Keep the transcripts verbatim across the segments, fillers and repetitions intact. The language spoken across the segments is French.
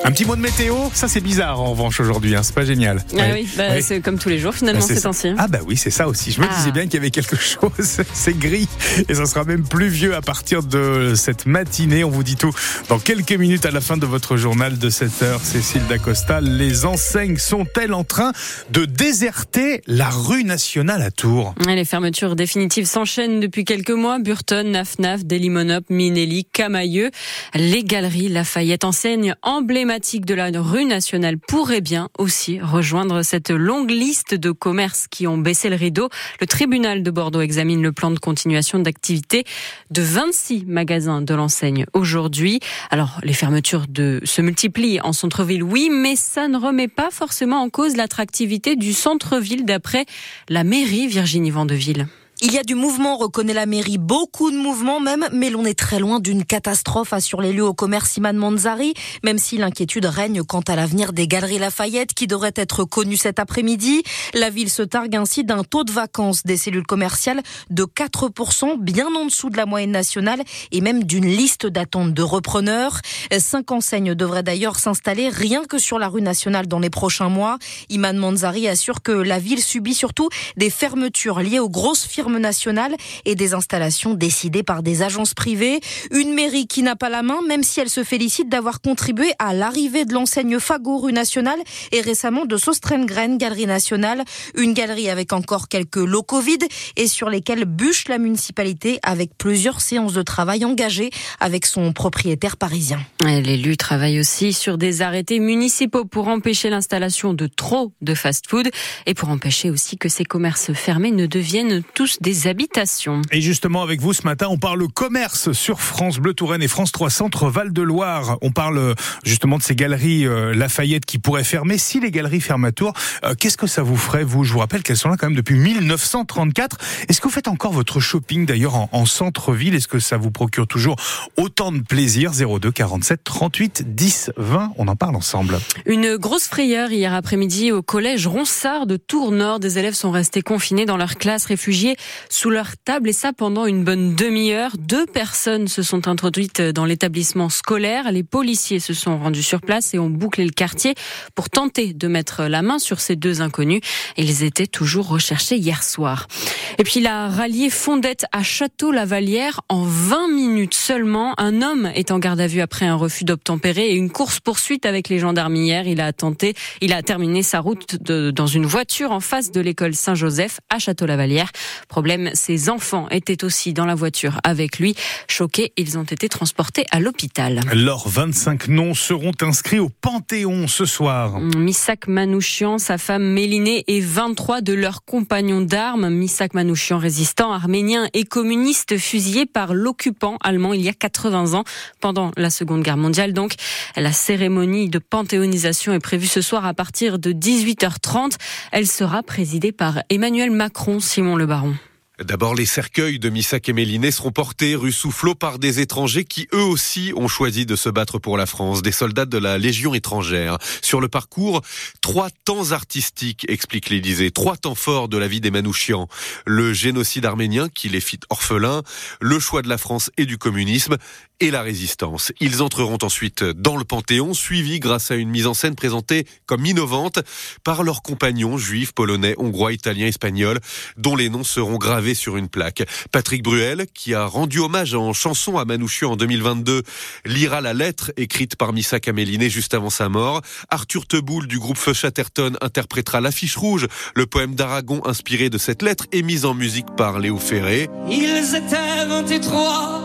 Un petit mot de météo, ça c'est bizarre en revanche aujourd'hui, hein, c'est pas génial. Ah ouais. oui, bah, ouais. c'est comme tous les jours finalement bah, ces ça. temps-ci. Ah bah oui, c'est ça aussi. Je me ah. disais bien qu'il y avait quelque chose. C'est gris et ça sera même pluvieux à partir de cette matinée. On vous dit tout dans quelques minutes à la fin de votre journal de sept heures. Cécile Dacosta, les enseignes sont-elles en train de déserter la rue nationale à Tours? Les fermetures définitives s'enchaînent depuis quelques mois. Burton, Naf Naf, Delimonop, Minelli, Camailleux. Les galeries Lafayette, enseigne emblématique de la rue nationale, pourraient bien aussi rejoindre cette longue liste de commerces qui ont baissé le rideau. Le tribunal de Bordeaux examine le plan de continuation d'activité de vingt-six magasins de l'enseigne aujourd'hui. Alors, les fermetures de, se multiplient en centre-ville, oui, mais ça ne remet pas forcément en cause l'attractivité du centre-ville d'après la mairie Virginie Vandeville. Il y a du mouvement, reconnaît la mairie, beaucoup de mouvement même, mais l'on est très loin d'une catastrophe, assure l'élu au commerce Iman Manzari, même si l'inquiétude règne quant à l'avenir des galeries Lafayette qui devraient être connues cet après-midi. La ville se targue ainsi d'un taux de vacances des cellules commerciales de quatre pour cent, bien en dessous de la moyenne nationale et même d'une liste d'attente de repreneurs. Cinq enseignes devraient d'ailleurs s'installer rien que sur la rue nationale dans les prochains mois. Iman Manzari assure que la ville subit surtout des fermetures liées aux grosses firmes nationales et des installations décidées par des agences privées. Une mairie qui n'a pas la main, même si elle se félicite d'avoir contribué à l'arrivée de l'enseigne Fago rue nationale et récemment de Sostrengren galerie nationale. Une galerie avec encore quelques locaux vides et sur lesquels bûche la municipalité avec plusieurs séances de travail engagées avec son propriétaire parisien. L'élu travaille aussi sur des arrêtés municipaux pour empêcher l'installation de trop de fast-food et pour empêcher aussi que ces commerces fermés ne deviennent tous des habitations. Et justement, avec vous ce matin, on parle commerce sur France Bleu Touraine et France trois Centre Val-de-Loire. On parle justement de ces galeries euh, Lafayette qui pourraient fermer. Si les galeries ferment à Tours, euh, qu'est-ce que ça vous ferait, vous? Je vous rappelle qu'elles sont là quand même depuis mille neuf cent trente-quatre. Est-ce que vous faites encore votre shopping d'ailleurs en, en centre-ville? Est-ce que ça vous procure toujours autant de plaisir? Zéro deux quarante-sept trente-huit dix vingt, on en parle ensemble. Une grosse frayeur hier après-midi au collège Ronsard de Tours-Nord. Des élèves sont restés confinés dans leur classe, réfugiés sous leur table et ça pendant une bonne demi-heure. Deux personnes se sont introduites dans l'établissement scolaire. Les policiers se sont rendus sur place et ont bouclé le quartier pour tenter de mettre la main sur ces deux inconnus. Ils étaient toujours recherchés hier soir. Et puis la ralliée Fondette à Château-Lavalière en vingt minutes seulement. Un homme est en garde à vue après un refus d'obtempérer et une course-poursuite avec les gendarmes hier. Il a tenté, il a terminé sa route de, dans une voiture en face de l'école Saint-Joseph à Château-Lavalière. Problème, ses enfants étaient aussi dans la voiture avec lui. Choqués, ils ont été transportés à l'hôpital. Leurs vingt-cinq noms seront inscrits au Panthéon ce soir. Missak Manouchian, sa femme Mélinée et vingt-trois de leurs compagnons d'armes. Missak Manouchian, résistant arménien et communiste, fusillé par l'occupant allemand il y a quatre-vingts ans pendant la Seconde Guerre mondiale. Donc, la cérémonie de panthéonisation est prévue ce soir à partir de dix-huit heures trente. Elle sera présidée par Emmanuel Macron, Simon Le Baron. D'abord, les cercueils de Missak et Mélinée seront portés rue Soufflot par des étrangers qui, eux aussi, ont choisi de se battre pour la France, des soldats de la Légion étrangère. Sur le parcours, trois temps artistiques, explique l'Élysée, trois temps forts de la vie des Manouchians. Le génocide arménien qui les fit orphelins, le choix de la France et du communisme, et la résistance. Ils entreront ensuite dans le Panthéon, suivis grâce à une mise en scène présentée comme innovante par leurs compagnons juifs, polonais, hongrois, italiens, espagnols, dont les noms seront gravés sur une plaque. Patrick Bruel, qui a rendu hommage en chanson à Manouchian en deux mille vingt-deux, lira la lettre écrite par Missak à Mélinée juste avant sa mort. Arthur Teboul du groupe Feu Chatterton interprétera l'affiche rouge, le poème d'Aragon inspiré de cette lettre et mis en musique par Léo Ferré. Ils étaient vingt-trois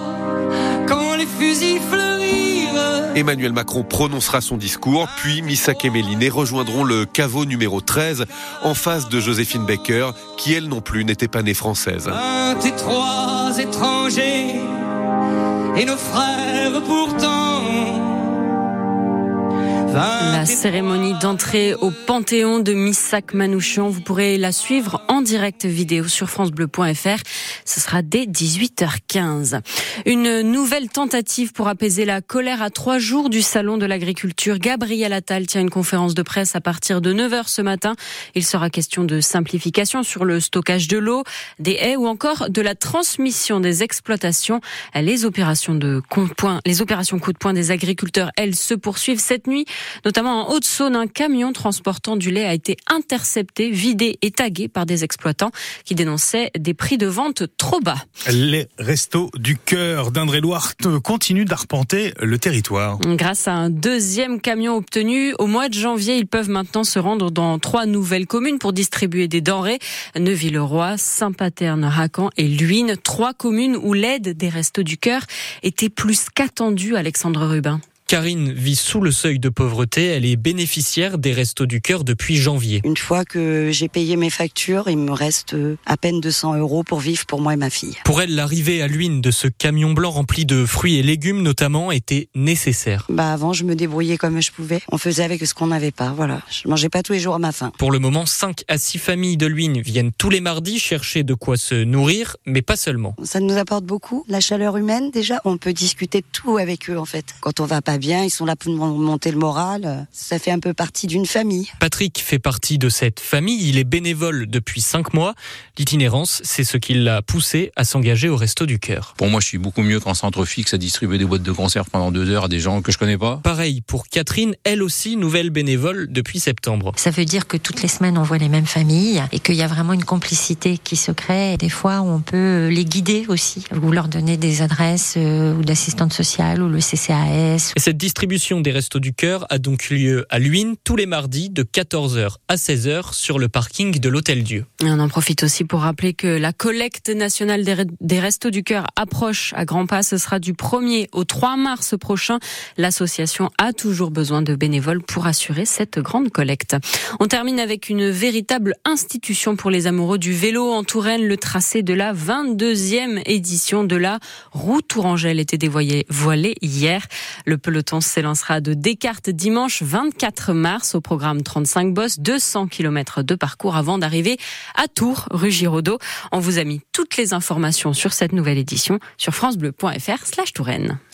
quand les fusils fleurirent. Emmanuel Macron prononcera son discours, puis Missak et Mélinée rejoindront le caveau numéro treize en face de Joséphine Baker, qui elle non plus n'était pas née française. vingt-trois étrangers et nos frères pourtant. La La cérémonie d'entrée au Panthéon de Missak Manouchian, vous pourrez la suivre en direct vidéo sur francebleu point fr. Ce sera dès dix-huit heures quinze. Une nouvelle tentative pour apaiser la colère à trois jours du Salon de l'Agriculture. Gabriel Attal tient une conférence de presse à partir de neuf heures ce matin. Il sera question de simplification sur le stockage de l'eau, des haies ou encore de la transmission des exploitations. Les opérations de coup de poing, les opérations coup de poing des agriculteurs, elles, se poursuivent cette nuit. Notamment en Haute-Saône, un camion transportant du lait a été intercepté, vidé et tagué par des exploitants qui dénonçaient des prix de vente trop bas. Les restos du cœur d'Indre-et-Loire continuent d'arpenter le territoire. Grâce à un deuxième camion obtenu, au mois de janvier, ils peuvent maintenant se rendre dans trois nouvelles communes pour distribuer des denrées. Neuville-le-Roi, Saint-Paterne, Racan et Luynes. Trois communes où l'aide des restos du cœur était plus qu'attendue, Alexandre Rubin. Karine vit sous le seuil de pauvreté. Elle est bénéficiaire des Restos du Cœur depuis janvier. Une fois que j'ai payé mes factures, il me reste à peine deux cents euros pour vivre pour moi et ma fille. Pour elle, l'arrivée à Luynes de ce camion blanc rempli de fruits et légumes notamment était nécessaire. Bah avant, je me débrouillais comme je pouvais. On faisait avec ce qu'on n'avait pas. Voilà, je mangeais pas tous les jours à ma faim. Pour le moment, cinq à six familles de Luynes viennent tous les mardis chercher de quoi se nourrir, mais pas seulement. Ça nous apporte beaucoup. La chaleur humaine, déjà, on peut discuter de tout avec eux en fait. Quand on va pas bien, ils sont là pour monter le moral. Ça fait un peu partie d'une famille. Patrick fait partie de cette famille. Il est bénévole depuis cinq mois. L'itinérance, c'est ce qui l'a poussé à s'engager au Resto du Cœur. Pour moi, je suis beaucoup mieux qu'en centre fixe à distribuer des boîtes de conserve pendant deux heures à des gens que je connais pas. Pareil pour Catherine, elle aussi nouvelle bénévole depuis septembre. Ça veut dire que toutes les semaines, on voit les mêmes familles et qu'il y a vraiment une complicité qui se crée. Des fois, on peut les guider aussi, ou leur donner des adresses euh, ou d'assistante sociale ou le C C A S. Et cette distribution des Restos du Cœur a donc lieu à Luynes tous les mardis de quatorze heures à seize heures sur le parking de l'Hôtel Dieu. Et on en profite aussi pour rappeler que la collecte nationale des Restos du Cœur approche à grands pas. Ce sera du premier au trois mars prochain. L'association a toujours besoin de bénévoles pour assurer cette grande collecte. On termine avec une véritable institution pour les amoureux du vélo en Touraine. Le tracé de la vingt-deuxième édition de la Route Tourangelle était dévoilé voilé hier. Le peloton s'élancera de Descartes dimanche vingt-quatre mars. Au programme trente-cinq bosses, deux cents kilomètres de parcours avant d'arriver à Tours, rue Giraudot. On vous a mis toutes les informations sur cette nouvelle édition sur francebleu point fr slash Touraine.